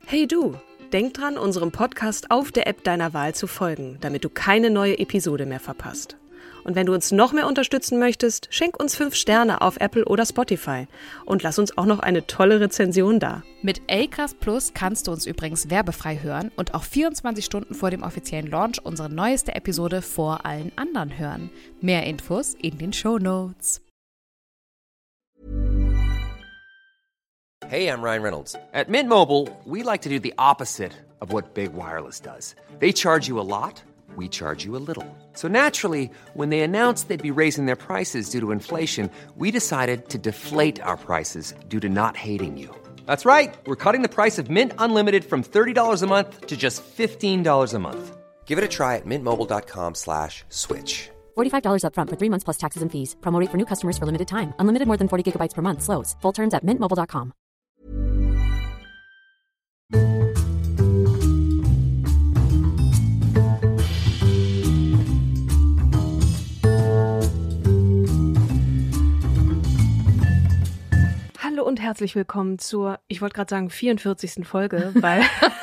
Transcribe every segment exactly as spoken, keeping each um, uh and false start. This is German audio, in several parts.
Hey du, denk dran, unserem Podcast auf der App deiner Wahl zu folgen, damit du keine neue Episode mehr verpasst. Und wenn du uns noch mehr unterstützen möchtest, schenk uns fünf Sterne auf Apple oder Spotify und lass uns auch noch eine tolle Rezension da. Mit Acast Plus kannst du uns übrigens werbefrei hören und auch vierundzwanzig Stunden vor dem offiziellen Launch unsere neueste Episode vor allen anderen hören. Mehr Infos in den Shownotes. Hey, I'm Ryan Reynolds. At Mint Mobile, we like to do the opposite of what Big Wireless does. They charge you a lot. We charge you a little. So naturally, when they announced they'd be raising their prices due to inflation, we decided to deflate our prices due to not hating you. That's right. We're cutting the price of Mint Unlimited from thirty dollars a month to just fifteen dollars a month. Give it a try at mintmobile.com slash switch. forty-five dollars up front for three months plus taxes and fees. Promo rate for new customers for limited time. Unlimited more than forty gigabytes per month. Slows full terms at mint mobile dot com. Hallo und herzlich willkommen zur, ich wollte gerade sagen, vierundvierzigsten Folge, weil,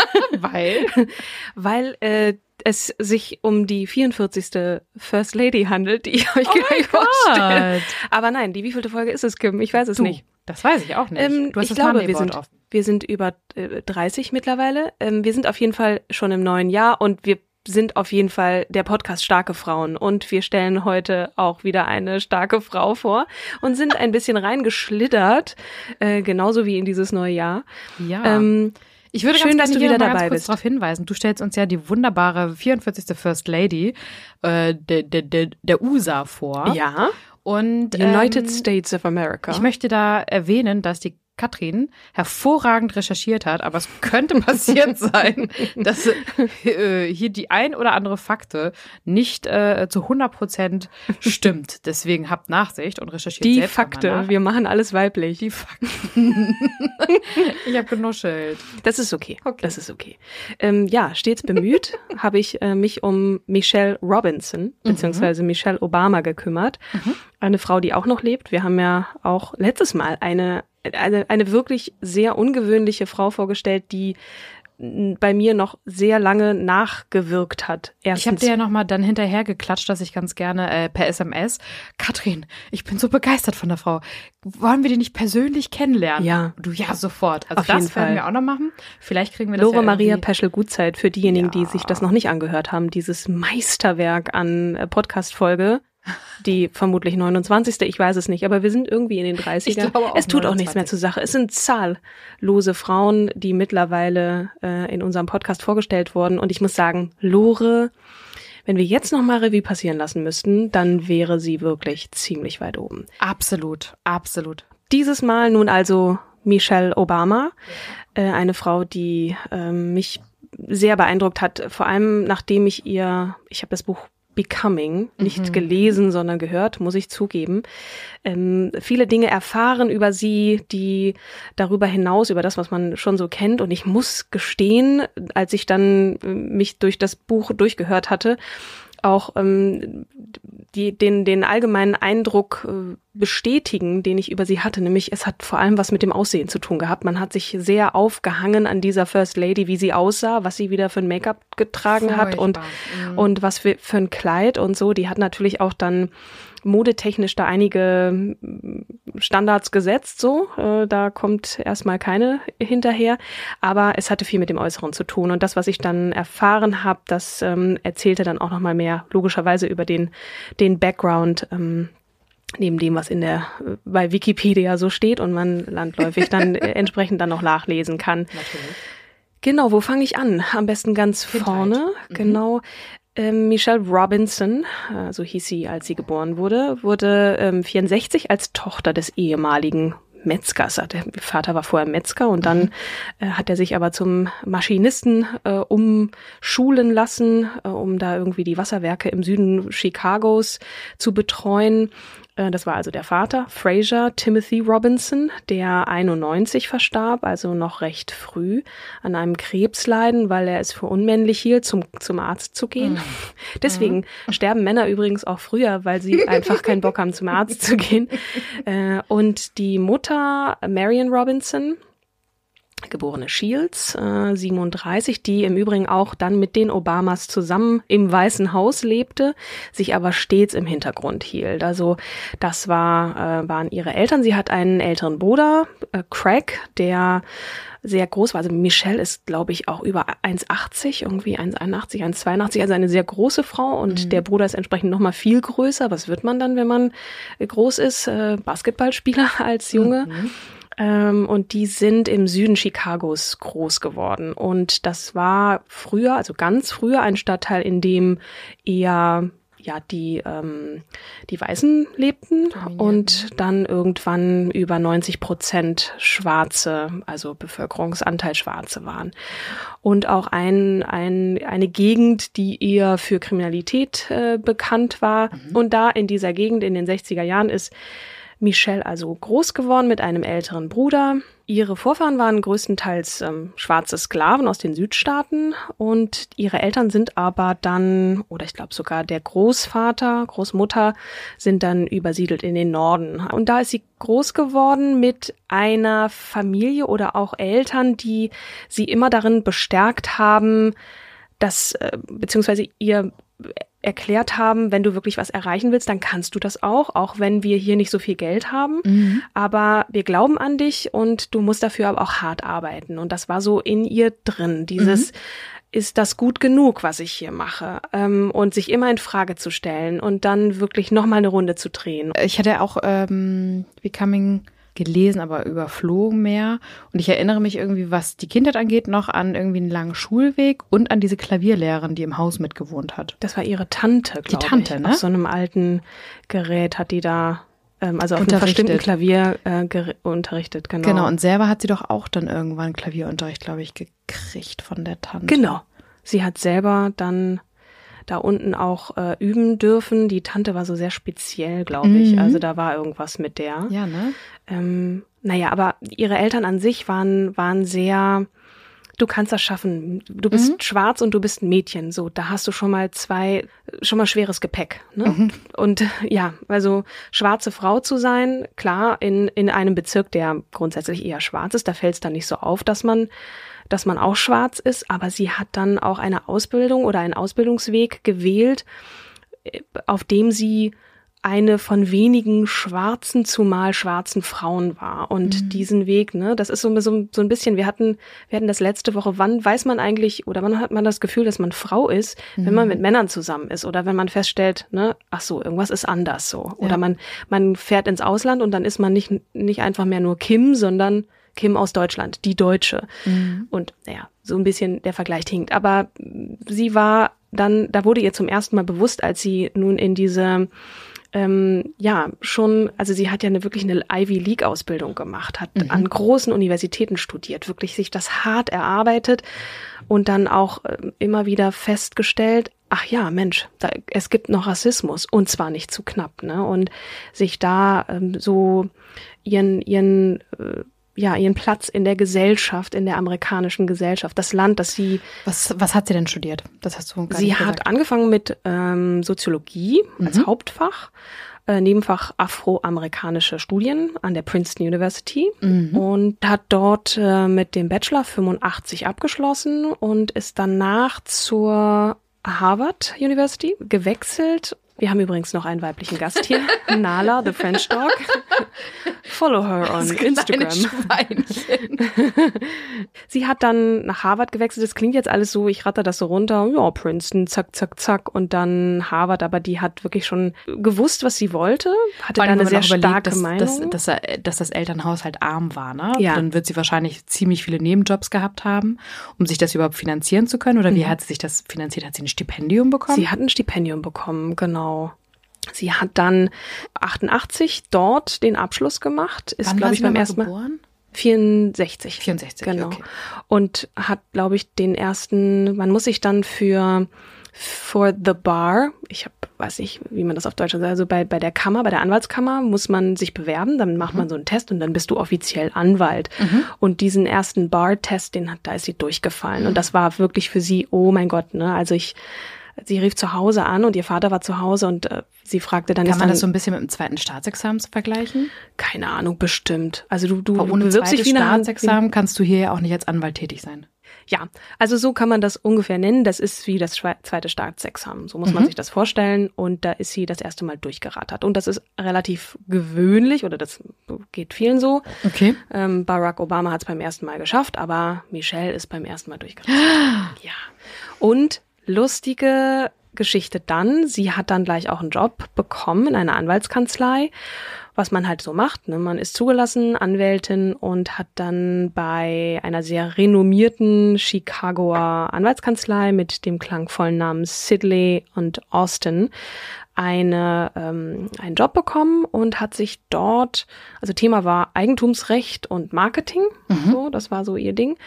Weil? weil äh, es sich um die vierundvierzigste First Lady handelt, die ich euch Oh gleich mein vorstelle. Gott. Aber nein, die wievielte Folge ist es, Kim? Ich weiß es Du, nicht. das weiß ich auch nicht. Ähm, du hast ich das glaube, wir Honeyboard sind, offen. wir sind über äh, dreißig mittlerweile. Ähm, wir sind auf jeden Fall schon im neuen Jahr und wir sind auf jeden Fall der Podcast Starke Frauen. Und wir stellen heute auch wieder eine starke Frau vor und sind ein bisschen reingeschlittert, äh, genauso wie in dieses neue Jahr. Ja. Ähm, Ich würde Schön, ganz dass gerne du hier wieder noch mal dabei ganz kurz bist. darauf hinweisen. Du stellst uns ja die wunderbare vierundvierzigste First Lady äh, der, der, der, der U S A vor. Ja, Und United ähm, States of America. ich möchte da erwähnen, dass die Katrin hervorragend recherchiert hat, aber es könnte passiert sein, dass äh, hier die ein oder andere Fakte nicht äh, zu hundert Prozent stimmt. Deswegen habt Nachsicht und recherchiert Die selbst Fakte, nochmal nach. wir machen alles weiblich. Die Fakten. Ich habe genuschelt. Das ist okay. Okay. Das ist okay. Ähm, ja, stets bemüht habe ich äh, mich um Michelle Robinson beziehungsweise Michelle Obama gekümmert. Eine Frau, die auch noch lebt. Wir haben ja auch letztes Mal eine eine eine wirklich sehr ungewöhnliche Frau vorgestellt, die m, bei mir noch sehr lange nachgewirkt hat. Ich habe Erstens, dir ja nochmal dann hinterher geklatscht, dass ich ganz gerne äh, per S M S, Katrin, ich bin so begeistert von der Frau. Wollen wir die nicht persönlich kennenlernen? Ja. Du, ja, sofort. Also Auf das jeden werden Fall. wir auch noch machen. Vielleicht kriegen wir das Lore ja Maria irgendwie- Peschel-Gutzeit, für diejenigen, Ja. die sich das noch nicht angehört haben, dieses Meisterwerk an äh, Podcast-Folge, die vermutlich neunundzwanzigste, ich weiß es nicht, aber wir sind irgendwie in den dreißigern. Ich glaube auch Es tut auch nichts mehr neunundzwanzig. zur Sache. Es sind zahllose Frauen, die mittlerweile äh, in unserem Podcast vorgestellt wurden. Und ich muss sagen, Lore, wenn wir jetzt noch mal Revue passieren lassen müssten, dann wäre sie wirklich ziemlich weit oben. Absolut, absolut. Dieses Mal nun also Michelle Obama, äh, eine Frau, die ähm, mich sehr beeindruckt hat, vor allem nachdem ich ihr, ich habe das Buch Becoming nicht gelesen, sondern gehört, muss ich zugeben, ähm, viele Dinge erfahren über sie, die darüber hinaus, über das, was man schon so kennt. Und ich muss gestehen, als ich dann äh, mich durch das Buch durchgehört hatte, auch ähm, die, den, den allgemeinen Eindruck äh, bestätigen, den ich über sie hatte, nämlich es hat vor allem was mit dem Aussehen zu tun gehabt. Man hat sich sehr aufgehangen an dieser First Lady, wie sie aussah, was sie wieder für ein Make-up getragen hat und, Furchtbar. Mhm. und was für, für ein Kleid und so. Die hat natürlich auch dann modetechnisch da einige mm, Standards gesetzt, so. Äh, da kommt erstmal keine hinterher. Aber es hatte viel mit dem Äußeren zu tun. Und das, was ich dann erfahren habe, das ähm, erzählte dann auch nochmal mehr, logischerweise über den, den Background, ähm, neben dem, was in der, bei Wikipedia so steht und man landläufig dann äh, entsprechend dann noch nachlesen kann. Natürlich. Genau, wo fange ich an? Am besten ganz Kindheit. vorne. Mhm. Genau. Ähm, Michelle Robinson, äh, so hieß sie, als sie geboren wurde, wurde ähm, vierundsechzig als Tochter des ehemaligen Metzgers. Der Vater war vorher Metzger und dann äh, hat er sich aber zum Maschinisten äh, umschulen lassen, äh, um da irgendwie die Wasserwerke im Süden Chicagos zu betreuen. Äh, das war also der Vater, Fraser Timothy Robinson, der einundneunzig verstarb, also noch recht früh an einem Krebsleiden, weil er es für unmännlich hielt, zum, zum Arzt zu gehen. Mhm. Deswegen mhm. sterben Männer übrigens auch früher, weil sie einfach keinen Bock haben, zum Arzt zu gehen. Äh, und die Mutter, Marion Robinson, geborene Shields, äh, siebenunddreißig, die im Übrigen auch dann mit den Obamas zusammen im Weißen Haus lebte, sich aber stets im Hintergrund hielt. Also das war, äh, waren ihre Eltern. Sie hat einen älteren Bruder, äh, Craig, der sehr groß war. Also Michelle ist, glaube ich, auch über eins achtzig, irgendwie eins einundachtzig, eins zweiundachtzig, also eine sehr große Frau. Und mhm. der Bruder ist entsprechend noch mal viel größer. Was wird man dann, wenn man groß ist? Äh, Basketballspieler als Junge. Mhm. Ähm, und die sind im Süden Chicagos groß geworden. Und das war früher, also ganz früher, ein Stadtteil, in dem eher ja die ähm, die Weißen lebten Dominieren. Und dann irgendwann über neunzig Prozent Schwarze, also Bevölkerungsanteil Schwarze waren. Und auch ein, ein eine Gegend, die eher für Kriminalität äh, bekannt war. Mhm. Und da in dieser Gegend in den sechziger Jahren ist Michelle also groß geworden mit einem älteren Bruder. Ihre Vorfahren waren größtenteils ähm, schwarze Sklaven aus den Südstaaten und ihre Eltern sind aber dann, oder ich glaube sogar der Großvater, Großmutter, sind dann übersiedelt in den Norden. Und da ist sie groß geworden mit einer Familie oder auch Eltern, die sie immer darin bestärkt haben, dass, äh, beziehungsweise ihr erklärt haben, wenn du wirklich was erreichen willst, dann kannst du das auch, auch wenn wir hier nicht so viel Geld haben. Mhm. Aber wir glauben an dich und du musst dafür aber auch hart arbeiten. Und das war so in ihr drin, dieses, mhm. ist das gut genug, was ich hier mache? Ähm, und sich immer in Frage zu stellen und dann wirklich nochmal eine Runde zu drehen. Ich hatte auch ähm, Becoming gelesen, aber überflogen mehr. Und ich erinnere mich irgendwie, was die Kindheit angeht, noch an irgendwie einen langen Schulweg und an diese Klavierlehrerin, die im Haus mitgewohnt hat. Das war ihre Tante, glaube ich. Die Tante, ne? Auf so einem alten Gerät hat die da, ähm, also auf einem bestimmten Klavier äh, ger- unterrichtet, genau. Genau, und selber hat sie doch auch dann irgendwann Klavierunterricht, glaube ich, gekriegt von der Tante. Genau. Sie hat selber dann da unten auch äh, üben dürfen. Die Tante war so sehr speziell, glaube ich. Mhm. Also da war irgendwas mit der. Ja, ne? Ähm, naja, aber ihre Eltern an sich waren waren sehr, du kannst das schaffen. Du bist mhm. schwarz und du bist ein Mädchen. So, da hast du schon mal zwei, schon mal schweres Gepäck. Ne? Mhm. Und ja, also schwarze Frau zu sein, klar, in in einem Bezirk, der grundsätzlich eher schwarz ist, da fällt es dann nicht so auf, dass man dass man auch schwarz ist, aber sie hat dann auch eine Ausbildung oder einen Ausbildungsweg gewählt, auf dem sie eine von wenigen schwarzen, zumal schwarzen Frauen war. Und mhm. diesen Weg, ne, das ist so, so, so ein bisschen, wir hatten, wir hatten das letzte Woche, wann weiß man eigentlich, oder wann hat man das Gefühl, dass man Frau ist, mhm. wenn man mit Männern zusammen ist, oder wenn man feststellt, ne, ach so, irgendwas ist anders so. Oder ja. man, man fährt ins Ausland und dann ist man nicht, nicht einfach mehr nur Kim, sondern Kim aus Deutschland, die Deutsche. Mhm. Und naja, so ein bisschen der Vergleich hinkt. Aber sie war dann, da wurde ihr zum ersten Mal bewusst, als sie nun in diese, ähm, ja, schon, also sie hat ja eine wirklich eine Ivy League Ausbildung gemacht, hat mhm. an großen Universitäten studiert, wirklich sich das hart erarbeitet und dann auch äh, immer wieder festgestellt, ach ja, Mensch, da, es gibt noch Rassismus und zwar nicht zu knapp, ne? Und sich da ähm, so ihren, ihren, äh, ja, ihren Platz in der Gesellschaft, in der amerikanischen Gesellschaft, das Land, das sie... Was, was hat sie denn studiert? Das hast du gar Sie nicht hat gesagt. angefangen mit ähm, Soziologie mhm. als Hauptfach, äh, Nebenfach afroamerikanische Studien an der Princeton University mhm. und hat dort äh, mit dem Bachelor fünfundachtzig abgeschlossen und ist danach zur Harvard University gewechselt. Wir haben übrigens noch einen weiblichen Gast hier, Nala, the French Dog. Follow her on Instagram. Sie hat dann nach Harvard gewechselt. Das klingt jetzt alles so, ich ratter das so runter. Ja, Princeton, zack, zack, zack. Und dann Harvard. Aber die hat wirklich schon gewusst, was sie wollte. Hatte da eine sehr starke dass, Meinung. Dass, dass, dass das Elternhaus halt arm war, ne? Ja. Dann wird sie wahrscheinlich ziemlich viele Nebenjobs gehabt haben, um sich das überhaupt finanzieren zu können. Oder wie mhm. hat sie sich das finanziert? Hat sie ein Stipendium bekommen? Sie hat ein Stipendium bekommen, genau. Sie hat dann achtundachtzig dort den Abschluss gemacht. Ist, glaube ich, beim ersten Mal geboren? vierundsechzig. vierundsechzig, genau. Okay. Und hat, glaube ich, den ersten, man muss sich dann für for the bar, ich hab, weiß nicht, wie man das auf Deutsch sagt, also bei bei der Kammer, bei der Anwaltskammer muss man sich bewerben, dann macht mhm. man so einen Test und dann bist du offiziell Anwalt. Mhm. Und diesen ersten Bar-Test, den hat, da ist sie durchgefallen. Mhm. Und das war wirklich für sie, oh mein Gott, ne, also ich sie rief zu Hause an und ihr Vater war zu Hause und äh, sie fragte dann... Kann ist man dann, das so ein bisschen mit dem zweiten Staatsexamen vergleichen? Keine Ahnung, bestimmt. Also du, du, Aber du ohne bewirbst dich wie eine Staatsexamen kannst du hier ja auch nicht als Anwalt tätig sein. Ja, also so kann man das ungefähr nennen. Das ist wie das zweite Staatsexamen. So muss mhm. man sich das vorstellen. Und da ist sie das erste Mal durchgerattert. Und das ist relativ gewöhnlich oder das geht vielen so. Okay. Ähm, Barack Obama hat es beim ersten Mal geschafft, aber Michelle ist beim ersten Mal durchgerattert. Ja. Und lustige Geschichte dann, sie hat dann gleich auch einen Job bekommen in einer Anwaltskanzlei, was man halt so macht. Ne? Man ist zugelassen, Anwältin und hat dann bei einer sehr renommierten Chicagoer Anwaltskanzlei mit dem klangvollen Namen Sidley und Austin eine ähm, einen Job bekommen und hat sich dort, also Thema war Eigentumsrecht und Marketing, mhm. so, das war so ihr Ding.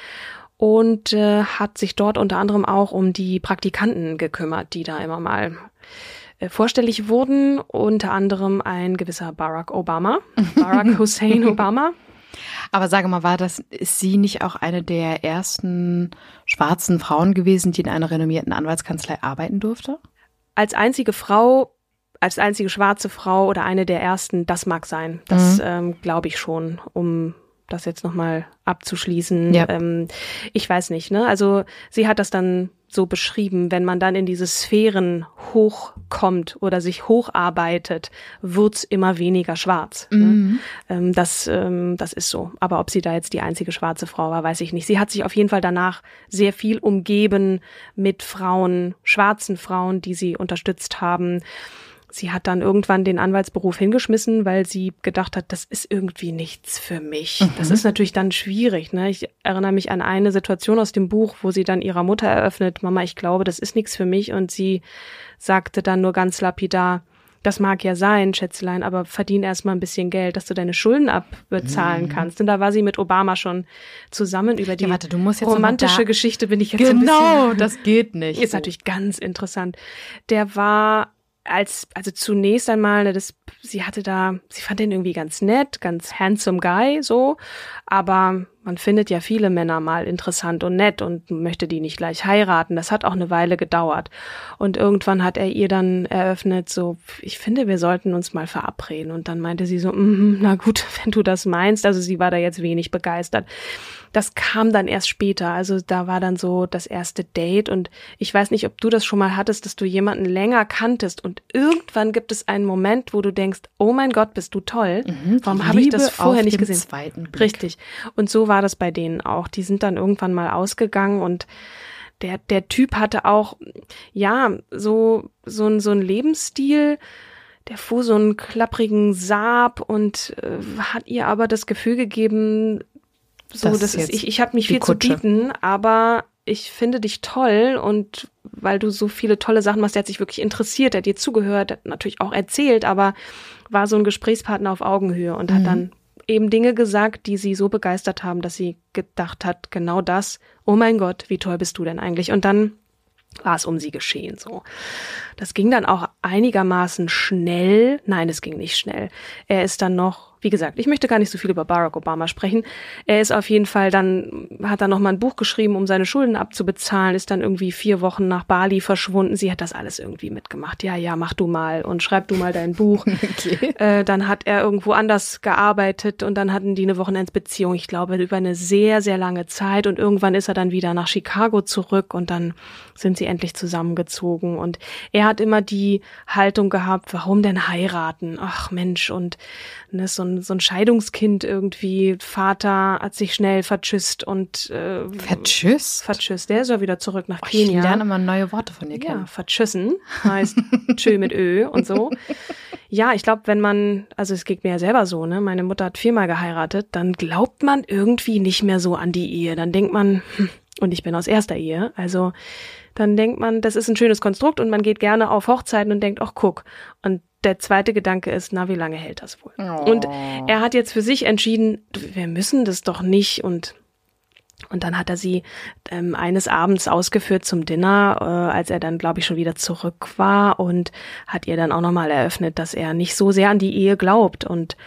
Und äh, hat sich dort unter anderem auch um die Praktikanten gekümmert, die da immer mal äh, vorstellig wurden. Unter anderem ein gewisser Barack Obama, Barack Hussein Obama. Aber sage mal, war das, ist sie nicht auch eine der ersten schwarzen Frauen gewesen, die in einer renommierten Anwaltskanzlei arbeiten durfte? Als einzige Frau, als einzige schwarze Frau oder eine der ersten, das mag sein. Das mhm. ähm, glaube ich schon, um das jetzt nochmal abzuschließen. Ja. Ähm, ich weiß nicht, ne? Also sie hat das dann so beschrieben, wenn man dann in diese Sphären hochkommt oder sich hocharbeitet, wird's immer weniger schwarz. Mhm. Ne? Ähm, das, ähm, das ist so. Aber ob sie da jetzt die einzige schwarze Frau war, weiß ich nicht. Sie hat sich auf jeden Fall danach sehr viel umgeben mit Frauen, schwarzen Frauen, die sie unterstützt haben. Sie hat dann irgendwann den Anwaltsberuf hingeschmissen, weil sie gedacht hat, das ist irgendwie nichts für mich. Mhm. Das ist natürlich dann schwierig. Ne? Ich erinnere mich an eine Situation aus dem Buch, wo sie dann ihrer Mutter eröffnet, Mama, ich glaube, das ist nichts für mich. Und sie sagte dann nur ganz lapidar, das mag ja sein, Schätzelein, aber verdien erst mal ein bisschen Geld, dass du deine Schulden abbezahlen mhm. kannst. Und da war sie mit Obama schon zusammen über die ja, warte, du musst jetzt romantische Geschichte, bin ich jetzt genau, ein bisschen... Genau, das geht nicht. Ist natürlich ganz interessant. Der war... Als, also zunächst einmal, das, sie hatte da, sie fand den irgendwie ganz nett, ganz handsome guy, so. Aber man findet ja viele Männer mal interessant und nett und möchte die nicht gleich heiraten. Das hat auch eine Weile gedauert. Und irgendwann hat er ihr dann eröffnet, so, ich finde, wir sollten uns mal verabreden. Und dann meinte sie so, mm, na gut, wenn du das meinst. Also sie war da jetzt wenig begeistert. Das kam dann erst später. Also da war dann so das erste Date und ich weiß nicht, ob du das schon mal hattest, dass du jemanden länger kanntest und irgendwann gibt es einen Moment, wo du denkst, oh mein Gott, bist du toll. Mhm, warum habe ich das vorher auf nicht dem gesehen? Zweiten Blick. Richtig. Und so war das bei denen auch. Die sind dann irgendwann mal ausgegangen und der der Typ hatte auch ja so so ein so ein Lebensstil. Der fuhr so einen klapprigen Saab und äh, hat ihr aber das Gefühl gegeben, so, das, das ist, ich, ich habe nicht viel zu bieten, aber ich finde dich toll und weil du so viele tolle Sachen machst, der hat sich wirklich interessiert, der hat dir zugehört, der hat natürlich auch erzählt, aber war so ein Gesprächspartner auf Augenhöhe und mhm. hat dann eben Dinge gesagt, die sie so begeistert haben, dass sie gedacht hat, genau das, oh mein Gott, wie toll bist du denn eigentlich? Und dann war es um sie geschehen, so. Das ging dann auch einigermaßen schnell. Nein, es ging nicht schnell. Er ist dann noch, wie gesagt, ich möchte gar nicht so viel über Barack Obama sprechen. Er ist auf jeden Fall dann, hat dann noch mal ein Buch geschrieben, um seine Schulden abzubezahlen, ist dann irgendwie vier Wochen nach Bali verschwunden. Sie hat das alles irgendwie mitgemacht. Ja, ja, mach du mal und schreib du mal dein Buch. Okay. Äh, dann hat er irgendwo anders gearbeitet und dann hatten die eine Wochenendsbeziehung, ich glaube, über eine sehr, sehr lange Zeit und irgendwann ist er dann wieder nach Chicago zurück und dann sind sie endlich zusammengezogen und er hat immer die Haltung gehabt, warum denn heiraten? Ach Mensch, und ne, so ein, so ein Scheidungskind irgendwie, Vater hat sich schnell vertschüsst und äh, Vertschüsst? Vertschüsst, der ist ja wieder zurück nach oh, Kenia. Ich lerne immer neue Worte von dir kennen. Ja, vertschüssen heißt tschö mit Ö und so. Ja, ich glaube, wenn man, also es geht mir ja selber so, ne, meine Mutter hat viermal geheiratet, dann glaubt man irgendwie nicht mehr so an die Ehe. Dann denkt man, hm, und ich bin aus erster Ehe, also dann denkt man, das ist ein schönes Konstrukt und man geht gerne auf Hochzeiten und denkt, ach guck. Und der zweite Gedanke ist, na, wie lange hält das wohl? Oh. Und er hat jetzt für sich entschieden, wir müssen das doch nicht und Und dann hat er sie ähm, eines Abends ausgeführt zum Dinner, äh, als er dann, glaube ich, schon wieder zurück war und hat ihr dann auch nochmal eröffnet, dass er nicht so sehr an die Ehe glaubt. Und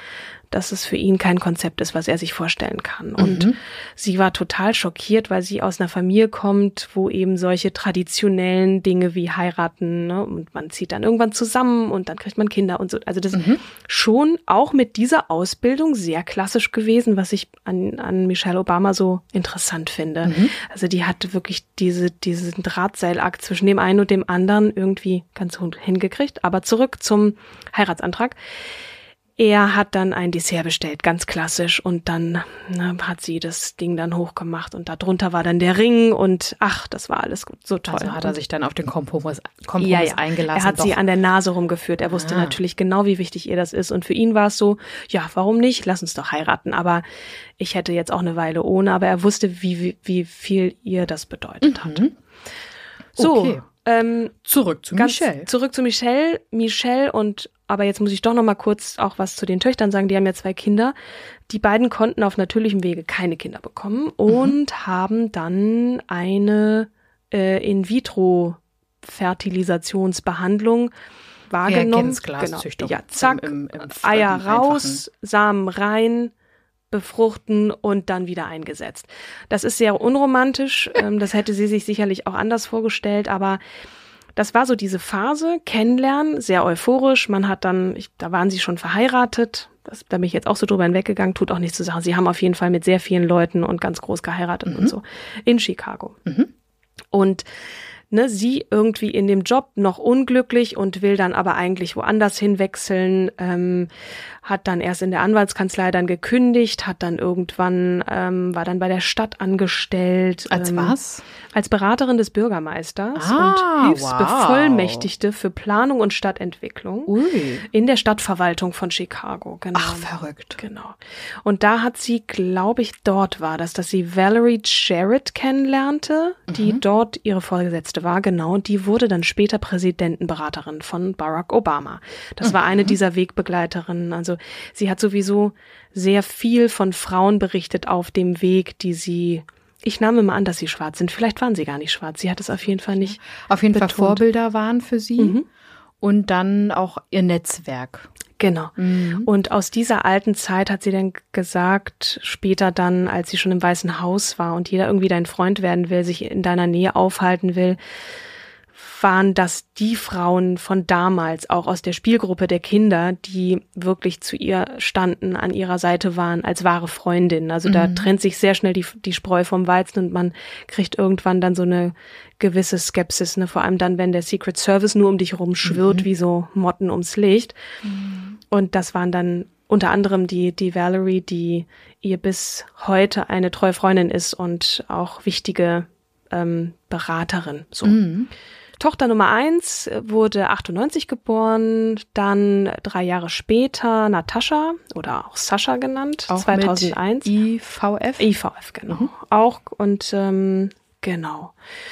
dass es für ihn kein Konzept ist, was er sich vorstellen kann. Und mhm. sie war total schockiert, weil sie aus einer Familie kommt, wo eben solche traditionellen Dinge wie heiraten, ne, und man zieht dann irgendwann zusammen und dann kriegt man Kinder und so. Also das mhm. ist schon auch mit dieser Ausbildung sehr klassisch gewesen, was ich an, an Michelle Obama so interessant finde. Mhm. Also die hat wirklich diese, diesen Drahtseilakt zwischen dem einen und dem anderen irgendwie ganz gut hingekriegt. Aber zurück zum Heiratsantrag. Er hat dann ein Dessert bestellt, ganz klassisch, und dann ne, hat sie das Ding dann hochgemacht und darunter war dann der Ring und ach, das war alles gut, so toll. Also hat er sich dann auf den Kompromiss, Kompromiss ja, ja. eingelassen. Er hat doch. sie an der Nase rumgeführt, er wusste ah. natürlich genau, wie wichtig ihr das ist und für ihn war es so, ja, warum nicht, lass uns doch heiraten, aber ich hätte jetzt auch eine Weile ohne, aber er wusste, wie, wie, wie viel ihr das bedeutet mhm. hat. So, okay. ähm, zurück zu ganz, Michelle. Zurück zu Michelle, Michelle und aber jetzt muss ich doch noch mal kurz auch was zu den Töchtern sagen. Die haben ja zwei Kinder. Die beiden konnten auf natürlichem Wege keine Kinder bekommen und mhm. haben dann eine äh, In-vitro-Fertilisationsbehandlung wahrgenommen. Genau. Ja, zack, im, im, im Eier raus, Samen rein, befruchten und dann wieder eingesetzt. Das ist sehr unromantisch. Das hätte sie sich sicherlich auch anders vorgestellt, aber das war so diese Phase, kennenlernen, sehr euphorisch. Man hat dann, ich, da waren sie schon verheiratet. Das, da bin ich jetzt auch so drüber hinweggegangen, tut auch nichts zu sagen. Sie haben auf jeden Fall mit sehr vielen Leuten und ganz groß geheiratet mhm. und so in Chicago. Mhm. Und ne, sie irgendwie in dem Job noch unglücklich und will dann aber eigentlich woanders hinwechseln, ähm, hat dann erst in der Anwaltskanzlei dann gekündigt, hat dann irgendwann, ähm, war dann bei der Stadt angestellt. Als ähm, was? Als Beraterin des Bürgermeisters ah, und Hilfsbevollmächtigte wow. für Planung und Stadtentwicklung Ui. in der Stadtverwaltung von Chicago. Genau. Ach, verrückt. Genau. Und da hat sie, glaube ich, dort war das, dass sie Valerie Jarrett kennenlernte, die mhm. dort ihre Vorgesetzte war, genau. Und die wurde dann später Präsidentenberaterin von Barack Obama. Das mhm. war eine dieser Wegbegleiterinnen. Also sie hat sowieso sehr viel von Frauen berichtet auf dem Weg, die sie, ich nahm immer an, dass sie schwarz sind. Vielleicht waren sie gar nicht schwarz. Sie hat es auf jeden Fall nicht Auf jeden betont. Fall Vorbilder waren für sie mhm. und dann auch ihr Netzwerk. Genau. Mhm. Und aus dieser alten Zeit hat sie dann gesagt, später dann, als sie schon im Weißen Haus war und jeder irgendwie dein Freund werden will, sich in deiner Nähe aufhalten will, waren das die Frauen von damals, auch aus der Spielgruppe der Kinder, die wirklich zu ihr standen, an ihrer Seite waren, als wahre Freundinnen. Also mhm. da trennt sich sehr schnell die, die Spreu vom Weizen und man kriegt irgendwann dann so eine gewisse Skepsis, ne? Vor allem dann, wenn der Secret Service nur um dich rumschwirrt, mhm. wie so Motten ums Licht. Mhm. Und das waren dann unter anderem die, die Valerie, die ihr bis heute eine treue Freundin ist und auch wichtige ähm, Beraterin. So. Mhm. Tochter Nummer eins wurde achtundneunzig geboren, dann drei Jahre später Natascha oder auch Sascha genannt, auch zweitausendeins. Mit I V F? I V F, genau. Mhm. Auch und ähm, genau.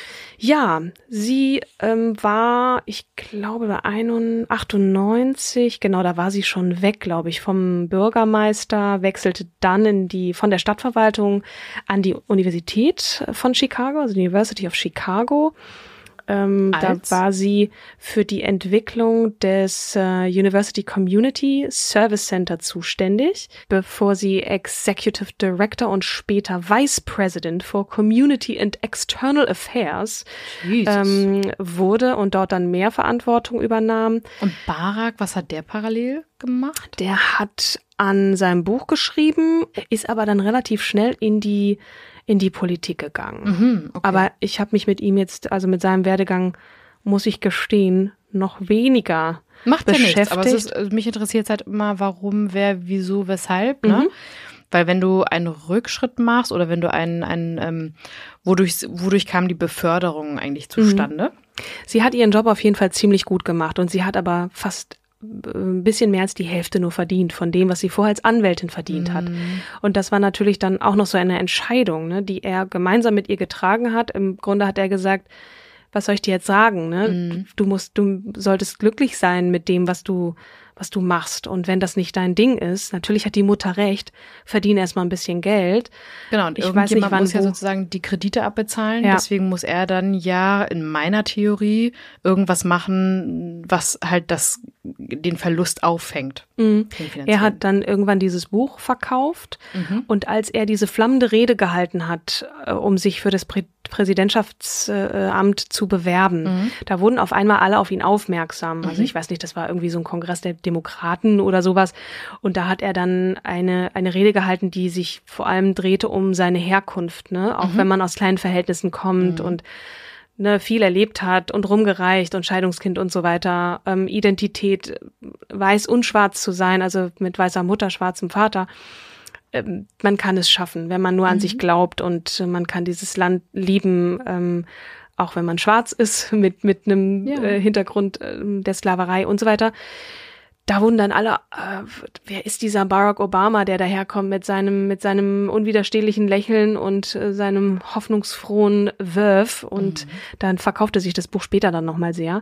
Ja, sie ähm, war, ich glaube, bei achtundneunzig, genau, da war sie schon weg, glaube ich, vom Bürgermeister, wechselte dann in die von der Stadtverwaltung an die Universität von Chicago, also die University of Chicago. Ähm, da war sie für die Entwicklung des äh, University Community Service Center zuständig, bevor sie Executive Director und später Vice President for Community and External Affairs ähm, wurde und dort dann mehr Verantwortung übernahm. Und Barack, was hat der parallel gemacht? Der hat an seinem Buch geschrieben, ist aber dann relativ schnell in die in die Politik gegangen. Mhm, okay. Aber ich habe mich mit ihm jetzt, also mit seinem Werdegang, muss ich gestehen, noch weniger Macht beschäftigt. Ja nichts, aber es ist, also mich interessiert halt immer, warum, wer, wieso, weshalb, ne? Mhm. Weil wenn du einen Rückschritt machst oder wenn du einen, einen ähm, wodurch, wodurch kam die Beförderung eigentlich zustande? Mhm. Sie hat ihren Job auf jeden Fall ziemlich gut gemacht und sie hat aber fast ein bisschen mehr als die Hälfte nur verdient von dem, was sie vorher als Anwältin verdient mm. hat. Und das war natürlich dann auch noch so eine Entscheidung, ne, die er gemeinsam mit ihr getragen hat. Im Grunde hat er gesagt, was soll ich dir jetzt sagen? Ne? Mm. Du musst, du solltest glücklich sein mit dem, was du was du machst. Und wenn das nicht dein Ding ist, natürlich hat die Mutter recht, verdiene erstmal ein bisschen Geld. Genau, und ich irgendjemand weiß nicht, wann, muss ja wo. sozusagen die Kredite abbezahlen. Ja. Deswegen muss er dann ja in meiner Theorie irgendwas machen, was halt das den Verlust auffängt. Mhm. Den Er hat dann irgendwann dieses Buch verkauft Mhm. und als er diese flammende Rede gehalten hat, äh, um sich für das Prä- Präsidentschaftsamt zu bewerben, Mhm. da wurden auf einmal alle auf ihn aufmerksam. Also Mhm. ich weiß nicht, das war irgendwie so ein Kongress der Demokraten oder sowas. Und da hat er dann eine eine Rede gehalten, die sich vor allem drehte um seine Herkunft, ne? Auch Mhm. wenn man aus kleinen Verhältnissen kommt Mhm. und ne, viel erlebt hat und rumgereicht und Scheidungskind und so weiter, ähm, Identität, weiß und schwarz zu sein, also mit weißer Mutter, schwarzem Vater. Ähm, man kann es schaffen, wenn man nur an Mhm. sich glaubt und äh, man kann dieses Land lieben, ähm, auch wenn man schwarz ist, mit mit einem Ja. äh, Hintergrund äh, der Sklaverei und so weiter. Da wurden dann alle, äh, wer ist dieser Barack Obama, der daherkommt mit seinem mit seinem unwiderstehlichen Lächeln und äh, seinem hoffnungsfrohen Verve. Und Mhm. dann verkaufte sich das Buch später dann nochmal sehr.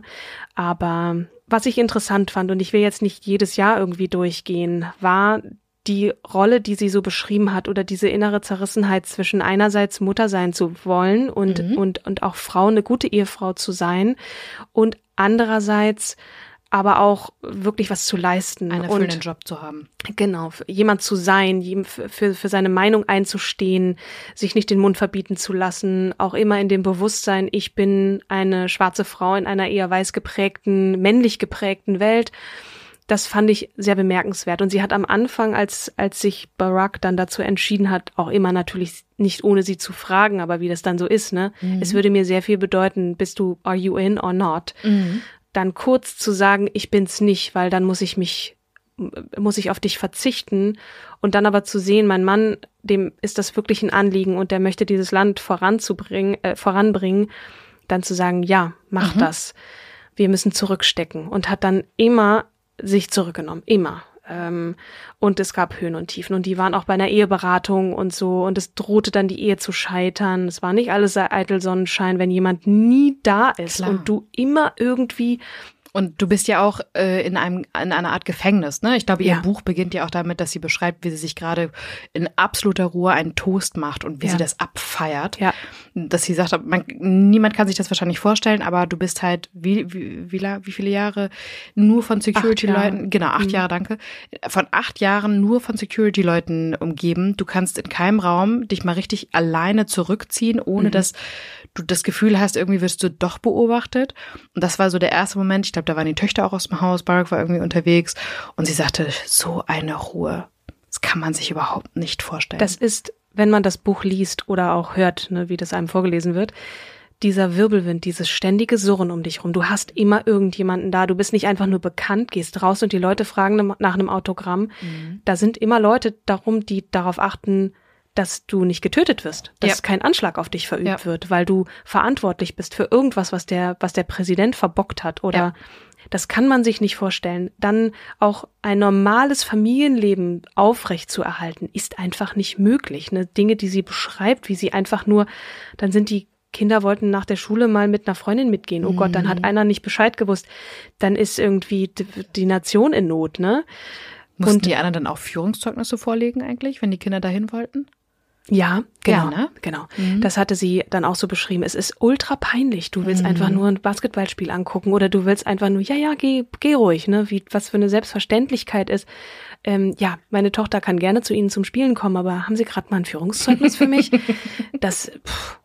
Aber was ich interessant fand, und ich will jetzt nicht jedes Jahr irgendwie durchgehen, war die Rolle, die sie so beschrieben hat oder diese innere Zerrissenheit zwischen einerseits Mutter sein zu wollen und, Mhm. und, und auch Frau, eine gute Ehefrau zu sein und andererseits aber auch wirklich was zu leisten. einen und erfüllenden Job zu haben. Genau, für jemand zu sein, jem- für, für für seine Meinung einzustehen, sich nicht den Mund verbieten zu lassen, auch immer in dem Bewusstsein, ich bin eine schwarze Frau in einer eher weiß geprägten, männlich geprägten Welt. Das fand ich sehr bemerkenswert. Und sie hat am Anfang, als als sich Barack dann dazu entschieden hat, auch immer natürlich nicht ohne sie zu fragen, aber wie das dann so ist, ne? Mhm. Es würde mir sehr viel bedeuten, bist du, are you in or not? Mhm. Dann kurz zu sagen, ich bin's nicht, weil dann muss ich mich, muss ich auf dich verzichten und dann aber zu sehen, mein Mann, dem ist das wirklich ein Anliegen und der möchte dieses Land voranzubringen, äh, voranbringen, dann zu sagen, ja, mach Mhm. das. Wir müssen zurückstecken und hat dann immer sich zurückgenommen, immer. Ähm, und es gab Höhen und Tiefen und die waren auch bei einer Eheberatung und so und es drohte dann die Ehe zu scheitern. Es war nicht alles eitel Sonnenschein, wenn jemand nie da ist Klar. und du immer irgendwie. Und du bist ja auch äh, in einem in einer Art Gefängnis, ne? Ich glaube, ihr Ja. Buch beginnt ja auch damit, dass sie beschreibt, wie sie sich gerade in absoluter Ruhe einen Toast macht und wie Ja. sie das abfeiert. Ja. Dass sie sagt, man, niemand kann sich das wahrscheinlich vorstellen, aber du bist halt wie wie wie, la- wie viele Jahre nur von Security-Leuten, Jahre. genau acht Mhm. Jahre, danke, von acht Jahren nur von Security-Leuten umgeben. Du kannst in keinem Raum dich mal richtig alleine zurückziehen, ohne Mhm. dass du das Gefühl hast, irgendwie wirst du doch beobachtet. Und das war so der erste Moment. Ich glaube, da waren die Töchter auch aus dem Haus. Barack war irgendwie unterwegs. Und sie sagte, so eine Ruhe. Das kann man sich überhaupt nicht vorstellen. Das ist, wenn man das Buch liest oder auch hört, ne, wie das einem vorgelesen wird, dieser Wirbelwind, dieses ständige Surren um dich rum. Du hast immer irgendjemanden da. Du bist nicht einfach nur bekannt, gehst raus und die Leute fragen nach einem Autogramm. Mhm. Da sind immer Leute darum, die darauf achten, dass du nicht getötet wirst, dass Ja. kein Anschlag auf dich verübt Ja. wird, weil du verantwortlich bist für irgendwas, was der, was der Präsident verbockt hat oder Ja. das kann man sich nicht vorstellen. Dann auch ein normales Familienleben aufrecht zu erhalten, ist einfach nicht möglich. Ne? Dinge, die sie beschreibt, wie sie einfach nur, dann sind die Kinder wollten nach der Schule mal mit einer Freundin mitgehen. Oh Gott, dann hat einer nicht Bescheid gewusst. Dann ist irgendwie d- die Nation in Not, ne? Mussten und- die anderen dann auch Führungszeugnisse vorlegen eigentlich, wenn die Kinder dahin wollten? Ja, genau. Ja, ne? Genau. Mhm. Das hatte sie dann auch so beschrieben. Es ist ultra peinlich. Du willst Mhm. einfach nur ein Basketballspiel angucken oder du willst einfach nur, ja, ja, geh, geh ruhig, ne? Wie, was für eine Selbstverständlichkeit ist. Ähm, ja, meine Tochter kann gerne zu Ihnen zum Spielen kommen, aber haben Sie gerade mal ein Führungszeugnis für mich? Das, pff,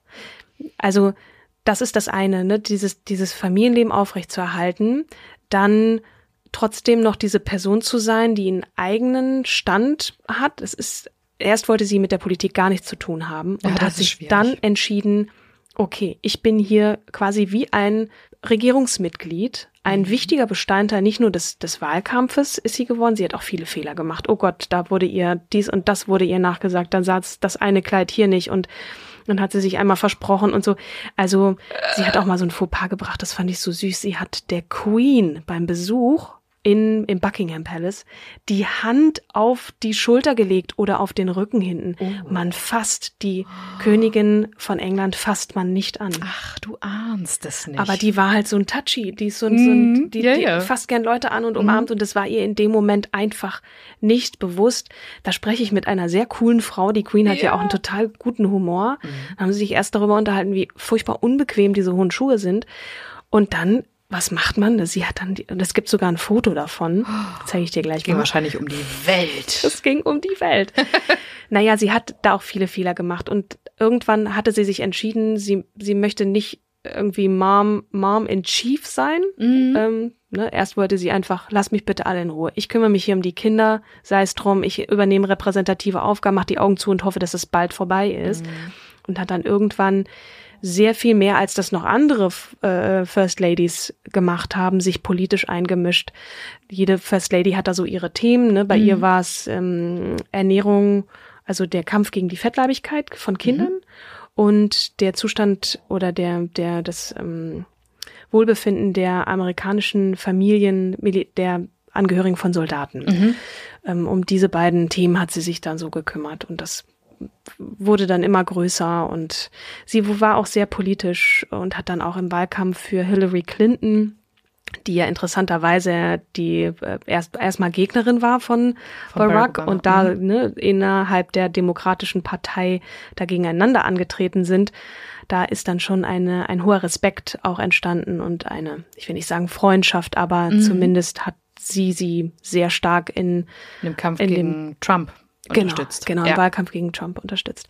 also, das ist das eine, ne? Dieses, dieses Familienleben aufrechtzuerhalten, dann trotzdem noch diese Person zu sein, die einen eigenen Stand hat. Es ist, erst wollte sie mit der Politik gar nichts zu tun haben und Ja, das hat ist sich schwierig. dann entschieden, okay, ich bin hier quasi wie ein Regierungsmitglied, ein wichtiger Bestandteil nicht nur des, des Wahlkampfes ist sie geworden, sie hat auch viele Fehler gemacht. Oh Gott, da wurde ihr dies und das wurde ihr nachgesagt, dann saß das eine Kleid hier nicht und dann hat sie sich einmal versprochen und so. Also sie hat auch mal so ein Fauxpas gebracht, das fand ich so süß. Sie hat der Queen beim Besuch in, im Buckingham Palace die Hand auf die Schulter gelegt oder auf den Rücken hinten. Oh. Man fasst die oh. Königin von England fasst man nicht an. Ach, du ahnst es nicht. Aber die war halt so ein Touchy, die ist so ein, mm, so ein die, ja, die ja. fasst gern Leute an und umarmt mm. und das war ihr in dem Moment einfach nicht bewusst. Da spreche ich mit einer sehr coolen Frau, die Queen hat ja, ja auch einen total guten Humor. Mm. Da haben sie sich erst darüber unterhalten, wie furchtbar unbequem diese hohen Schuhe sind und dann was macht man? Sie hat dann, die, und es gibt sogar ein Foto davon, zeige ich dir gleich mal. Es ging mal. wahrscheinlich um die Welt. Es ging um die Welt. Naja, sie hat da auch viele Fehler gemacht und irgendwann hatte sie sich entschieden, sie, sie möchte nicht irgendwie Mom, Mom in Chief sein. Mhm. Ähm, ne? Erst wollte sie einfach, lass mich bitte alle in Ruhe. Ich kümmere mich hier um die Kinder, sei es drum, ich übernehme repräsentative Aufgaben, mache die Augen zu und hoffe, dass es bald vorbei ist. Mhm. Und hat dann irgendwann sehr viel mehr, als das noch andere äh, First Ladies gemacht haben, sich politisch eingemischt. Jede First Lady hat da so ihre Themen. Ne? Bei mhm. ihr war es ähm, Ernährung, also der Kampf gegen die Fettleibigkeit von Kindern mhm. und der Zustand oder der der das ähm, Wohlbefinden der amerikanischen Familien, der Angehörigen von Soldaten. Mhm. Ähm, um diese beiden Themen hat sie sich dann so gekümmert und das wurde dann immer größer und sie war auch sehr politisch und hat dann auch im Wahlkampf für Hillary Clinton, die ja interessanterweise die erst erstmal Gegnerin war von, von Barack, Barack und da mhm. ne, innerhalb der Demokratischen Partei da gegeneinander angetreten sind, da ist dann schon eine ein hoher Respekt auch entstanden und eine, ich will nicht sagen Freundschaft, aber mhm. zumindest hat sie sie sehr stark in, in dem Kampf in gegen dem, Trump unterstützt. Genau, genau ja. im Wahlkampf gegen Trump unterstützt.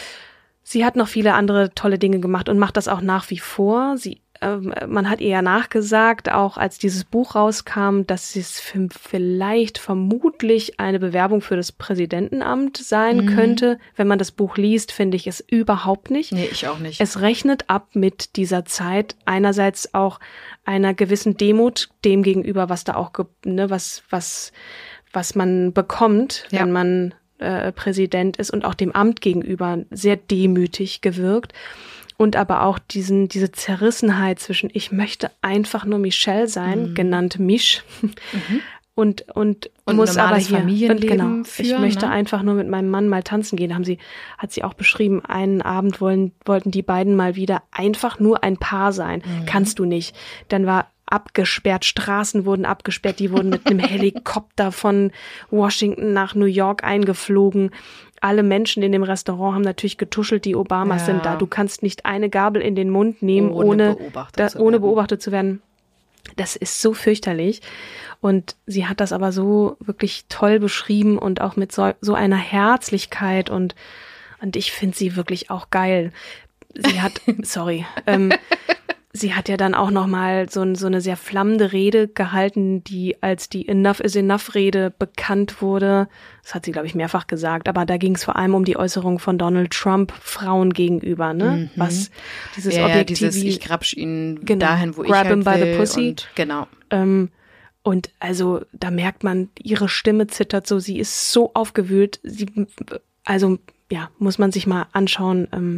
Sie hat noch viele andere tolle Dinge gemacht und macht das auch nach wie vor. Sie, äh, man hat ihr ja nachgesagt, auch als dieses Buch rauskam, dass es vielleicht vermutlich eine Bewerbung für das Präsidentenamt sein mhm. könnte. Wenn man das Buch liest, finde ich es überhaupt nicht. Nee, ich auch nicht. Es rechnet ab mit dieser Zeit. Einerseits auch einer gewissen Demut dem gegenüber, was da auch, ne, was, was, was man bekommt, ja. wenn man Äh, Präsident ist und auch dem Amt gegenüber sehr demütig gewirkt und aber auch diesen diese Zerrissenheit zwischen ich möchte einfach nur Michelle sein, mhm. genannt Mich mhm. und und, und muss aber hier Familienleben genau, führen, ich möchte ne? einfach nur mit meinem Mann mal tanzen gehen, haben sie hat sie auch beschrieben, einen Abend wollen wollten die beiden mal wieder einfach nur ein Paar sein. Mhm. Kannst du nicht. Dann war abgesperrt, Straßen wurden abgesperrt, die wurden mit einem Helikopter von Washington nach New York eingeflogen. Alle Menschen in dem Restaurant haben natürlich getuschelt, die Obamas ja. sind da. Du kannst nicht eine Gabel in den Mund nehmen, ohne, ohne, beobachtet, da, ohne beobachtet zu werden. Das ist so fürchterlich. Und sie hat das aber so wirklich toll beschrieben und auch mit so, so einer Herzlichkeit und, und ich finde sie wirklich auch geil. Sie hat, sorry, ähm, sie hat ja dann auch nochmal so, so eine sehr flammende Rede gehalten, die als die Enough is Enough Rede bekannt wurde. Das hat sie, glaube ich, mehrfach gesagt. Aber da ging es vor allem um die Äußerung von Donald Trump Frauen gegenüber, ne? Mhm. Was dieses ja, Objektiv... Ja, dieses ich grapsch ihn genau, dahin, wo ich grab halt him by will the pussy. Und, genau. Ähm, und also da merkt man, ihre Stimme zittert so, sie ist so aufgewühlt. Sie, also ja, muss man sich mal anschauen, ähm,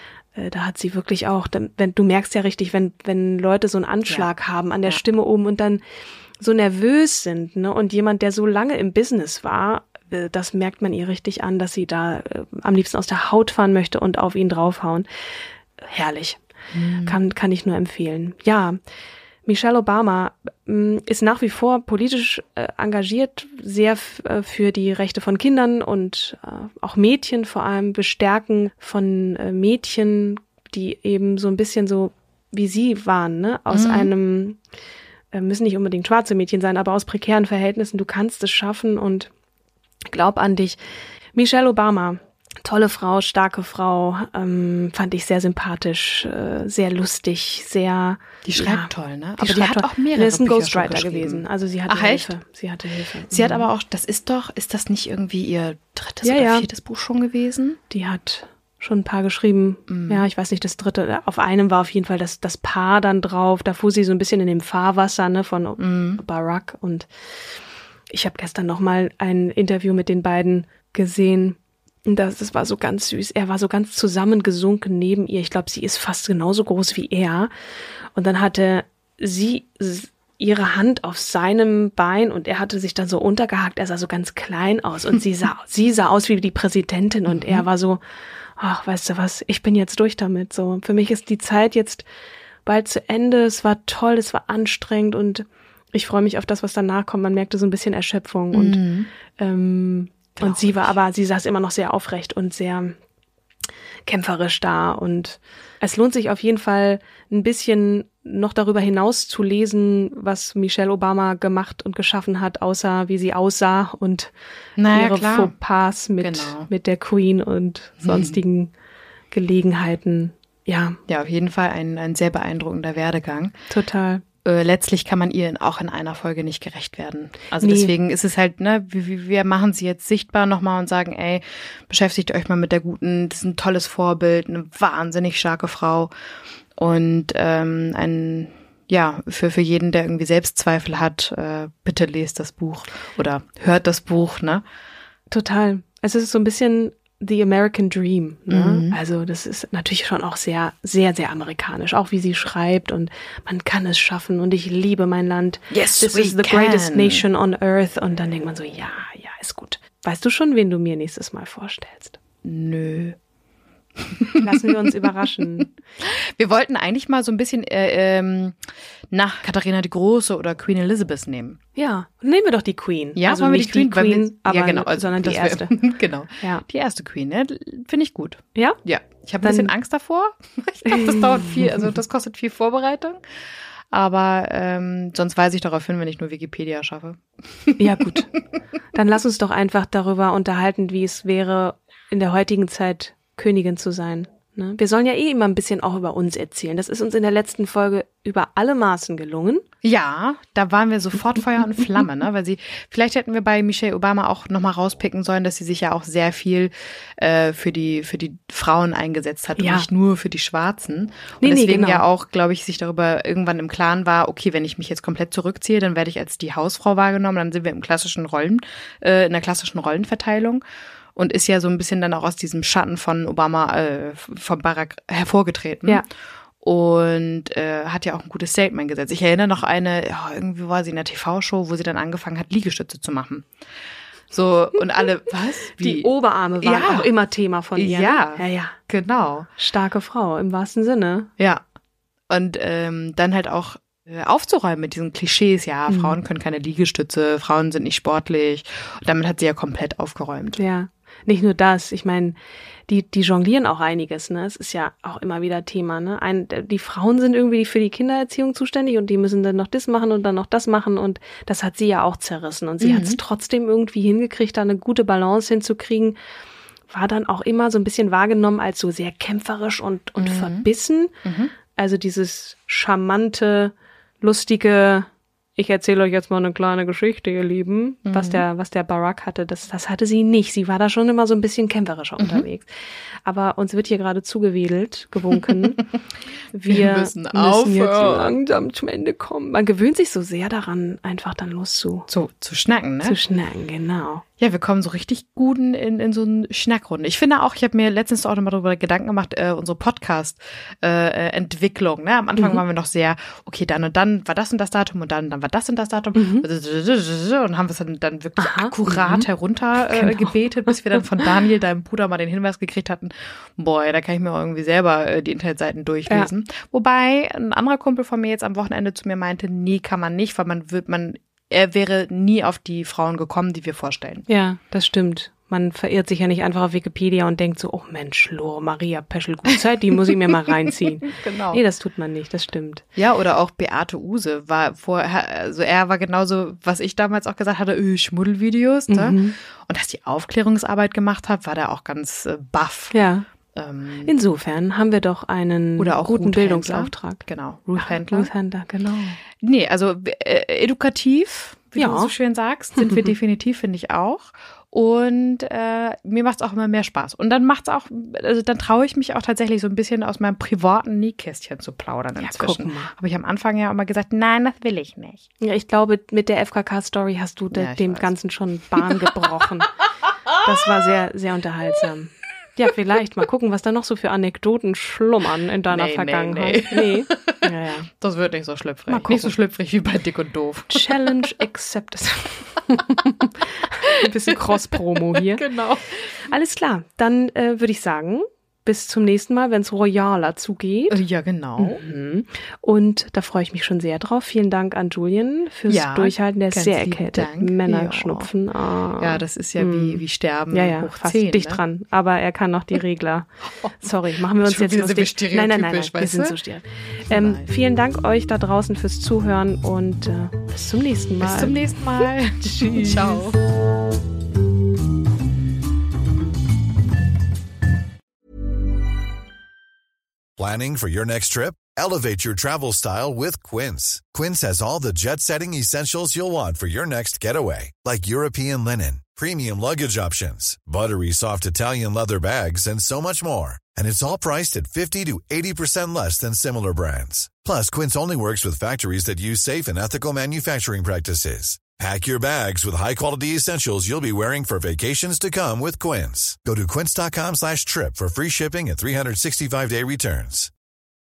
da hat sie wirklich auch, wenn du merkst ja richtig, wenn wenn Leute so einen Anschlag ja. haben an der ja. Stimme oben und dann so nervös sind, ne, und jemand, der so lange im Business war, das merkt man ihr richtig an, dass sie da äh, am liebsten aus der Haut fahren möchte und auf ihn draufhauen. Herrlich. Mhm. Kann kann ich nur empfehlen. Ja, Michelle Obama mh, ist nach wie vor politisch äh, engagiert, sehr f- äh, für die Rechte von Kindern und äh, auch Mädchen, vor allem Bestärken von äh, Mädchen, die eben so ein bisschen so wie sie waren, ne, aus mhm. einem, äh, müssen nicht unbedingt schwarze Mädchen sein, aber aus prekären Verhältnissen. Du kannst es schaffen und glaub an dich. Michelle Obama. Tolle Frau, starke Frau, ähm, fand ich sehr sympathisch, äh, sehr lustig, sehr... Die schreibt ja, toll, ne? Die aber die hat toll. auch mehrere Sie ist ein Bücher Ghostwriter schon gewesen, also sie hatte Ach, Hilfe. echt? Sie hatte Hilfe. Sie mhm. hat aber auch, das ist doch, ist das nicht irgendwie ihr drittes ja, oder ja. viertes Buch schon gewesen? Die hat schon ein paar geschrieben. Mhm. Ja, ich weiß nicht, das dritte, auf einem war auf jeden Fall das, das Paar dann drauf, da fuhr sie so ein bisschen in dem Fahrwasser, ne, von mhm. Barack, und ich habe gestern noch mal ein Interview mit den beiden gesehen. Das, das war so ganz süß. Er war so ganz zusammengesunken neben ihr. Ich glaube, sie ist fast genauso groß wie er. Und dann hatte sie ihre Hand auf seinem Bein und er hatte sich dann so untergehakt, er sah so ganz klein aus und sie sah, sie sah aus wie die Präsidentin und er war so, ach, weißt du was, ich bin jetzt durch damit, so. Für mich ist die Zeit jetzt bald zu Ende, es war toll, es war anstrengend und ich freue mich auf das, was danach kommt. Man merkte so ein bisschen Erschöpfung und, mhm. ähm, und sie war aber, sie saß immer noch sehr aufrecht und sehr kämpferisch da und es lohnt sich auf jeden Fall ein bisschen noch darüber hinaus zu lesen, was Michelle Obama gemacht und geschaffen hat, außer wie sie aussah und naja, ihre klar. Fauxpas mit, genau. mit der Queen und sonstigen hm. Gelegenheiten. Ja. Ja, auf jeden Fall ein, ein sehr beeindruckender Werdegang. Total. Äh, letztlich kann man ihr auch in einer Folge nicht gerecht werden. Also nee. deswegen ist es halt, ne, wir, wir machen sie jetzt sichtbar nochmal und sagen, ey, beschäftigt euch mal mit der Guten, das ist ein tolles Vorbild, eine wahnsinnig starke Frau und ähm, ein, ja, für, für jeden, der irgendwie Selbstzweifel hat, äh, bitte lest das Buch oder hört das Buch, ne? Total. Es ist so ein bisschen The American Dream, ne? Mhm. Also das ist natürlich schon auch sehr, sehr, sehr amerikanisch, auch wie sie schreibt und man kann es schaffen und ich liebe mein Land. Yes, This we is the can. greatest nation on earth. Und dann denkt man so, ja, ja, ist gut. Weißt du schon, wen du mir nächstes Mal vorstellst? Nö. Lassen wir uns überraschen. Wir wollten eigentlich mal so ein bisschen äh, ähm, nach Katharina die Große oder Queen Elizabeth nehmen. Ja, nehmen wir doch die Queen. Ja, also nicht die Queen, die Queen, wir, aber ja, genau, also sondern die erste. Wir, genau, ja. Die erste Queen, ne? Finde ich gut. Ja? Ja, ich habe ein bisschen Angst davor. Ich glaube, das dauert viel, also das kostet viel Vorbereitung. Aber ähm, sonst weise ich darauf hin, wenn ich nur Wikipedia schaffe. Ja, gut. Dann lass uns doch einfach darüber unterhalten, wie es wäre, in der heutigen Zeit Königin zu sein. Ne? Wir sollen ja eh immer ein bisschen auch über uns erzählen. Das ist uns in der letzten Folge über alle Maßen gelungen. Ja, da waren wir sofort Feuer und Flamme, ne? Weil sie, vielleicht hätten wir bei Michelle Obama auch nochmal rauspicken sollen, dass sie sich ja auch sehr viel äh, für die für die Frauen eingesetzt hat ja. und nicht nur für die Schwarzen. Und nee, deswegen nee, genau. ja auch, glaube ich, sich darüber irgendwann im Klaren war, okay, wenn ich mich jetzt komplett zurückziehe, dann werde ich als die Hausfrau wahrgenommen, dann sind wir im klassischen Rollen, äh, in der klassischen Rollenverteilung. Und ist ja so ein bisschen dann auch aus diesem Schatten von Obama, äh, von Barack hervorgetreten. Ja. Und äh, hat ja auch ein gutes Statement gesetzt. Ich erinnere noch eine, ja, irgendwie war sie in der T V-Show, wo sie dann angefangen hat, Liegestütze zu machen. So, und alle, was? Wie? Die Oberarme waren ja. auch immer Thema von ihr. Ja, ja, ja. Genau. Starke Frau, im wahrsten Sinne. Ja. Und ähm, dann halt auch aufzuräumen mit diesen Klischees, ja, mhm. Frauen können keine Liegestütze, Frauen sind nicht sportlich. Und damit hat sie ja komplett aufgeräumt. Ja. Nicht nur das, ich meine, die die jonglieren auch einiges, ne? Es ist ja auch immer wieder Thema, ne? Ein, die Frauen sind irgendwie für die Kindererziehung zuständig und die müssen dann noch das machen und dann noch das machen und das hat sie ja auch zerrissen und sie mhm. hat es trotzdem irgendwie hingekriegt, da eine gute Balance hinzukriegen, war dann auch immer so ein bisschen wahrgenommen als so sehr kämpferisch und und mhm. verbissen, mhm. also dieses charmante, lustige, ich erzähle euch jetzt mal eine kleine Geschichte, ihr Lieben, mhm. was der was der Barack hatte, das das hatte sie nicht. Sie war da schon immer so ein bisschen kämpferischer mhm. unterwegs. Aber uns wird hier gerade zugewedelt, gewunken. Wir, Wir müssen, müssen jetzt langsam zum Ende kommen. Man gewöhnt sich so sehr daran, einfach dann los zu, zu, zu schnacken, ne? Zu schnacken, genau. Ja, wir kommen so richtig gut in, in so eine Schnackrunde. Ich finde auch, ich habe mir letztens auch nochmal darüber Gedanken gemacht, äh, unsere Podcast-Entwicklung. Äh, ne? Am Anfang mhm. waren wir noch sehr, okay, dann und dann war das und das Datum und dann, dann war das und das Datum. Mhm. Und haben wir es dann, dann wirklich Aha. akkurat mhm. herunter äh, genau. gebetet, bis wir dann von Daniel, deinem Bruder, mal den Hinweis gekriegt hatten, boah, da kann ich mir auch irgendwie selber äh, die Internetseiten durchlesen. Ja. Wobei ein anderer Kumpel von mir jetzt am Wochenende zu mir meinte, nee, kann man nicht, weil man wird, man er wäre nie auf die Frauen gekommen, die wir vorstellen. Ja, das stimmt. Man verirrt sich ja nicht einfach auf Wikipedia und denkt so, oh Mensch, Lore Maria Peschel-Gutzeit, die muss ich mir mal reinziehen. Genau. Nee, das tut man nicht, das stimmt. Ja, oder auch Beate Uhse war vorher, also er war genauso, was ich damals auch gesagt hatte, öh, Schmuddelvideos, ne? Mhm. Und dass die Aufklärungsarbeit gemacht hat, war da auch ganz äh, baff. Ja. Insofern haben wir doch einen Oder auch guten Ruth Bildungsauftrag. Händler. Genau, Ruth Händler. Ruth Händler, genau. Nee, also äh, edukativ, wie ja. du so schön sagst, sind wir definitiv, finde ich auch. Und äh, mir macht es auch immer mehr Spaß. Und dann macht's auch, also dann traue ich mich auch tatsächlich so ein bisschen aus meinem privaten Nähkästchen zu plaudern inzwischen. Ja, habe ich am Anfang ja immer gesagt, nein, das will ich nicht. Ja, ich glaube, mit der F K K-Story hast du de- ja, dem weiß. Ganzen schon Bahn gebrochen. Das war sehr, sehr unterhaltsam. Ja, vielleicht. Mal gucken, was da noch so für Anekdoten schlummern in deiner nee, Vergangenheit. Nee, nee. nee. Ja, ja. Das wird nicht so schlüpfrig. Mal gucken. Nicht so schlüpfrig wie bei Dick und Doof. Challenge accepted. Ein bisschen Cross-Promo hier. Genau. Alles klar, dann äh, würde ich sagen, bis zum nächsten Mal, wenn es royaler zugeht. Ja, genau. Mhm. Und da freue ich mich schon sehr drauf. Vielen Dank an Julian fürs Ja, Durchhalten. Der ist ganz sehr lieben erkältet. Dank. Männerschnupfen. Ah. Ja, das ist ja wie, wie Sterben Ja, ja, hoch fast zehn. dicht ne? dran. Aber er kann noch die Regler. Sorry, machen wir uns Schon jetzt wieder sind wir lustig. Nein, nein, nein, nein, stereotypisch, wir weißt sind du? so stereotypisch. Ähm, vielen Dank euch da draußen fürs Zuhören und äh, bis zum nächsten Mal. Bis zum nächsten Mal. Tschüss. Ciao. Planning for your next trip? Elevate your travel style with Quince. Quince has all the jet-setting essentials you'll want for your next getaway, like European linen, premium luggage options, buttery soft Italian leather bags, and so much more. And it's all priced at fifty to eighty percent less than similar brands. Plus, Quince only works with factories that use safe and ethical manufacturing practices. Pack your bags with high-quality essentials you'll be wearing for vacations to come with Quince. Go to quince.com slash trip for free shipping and three sixty-five day returns.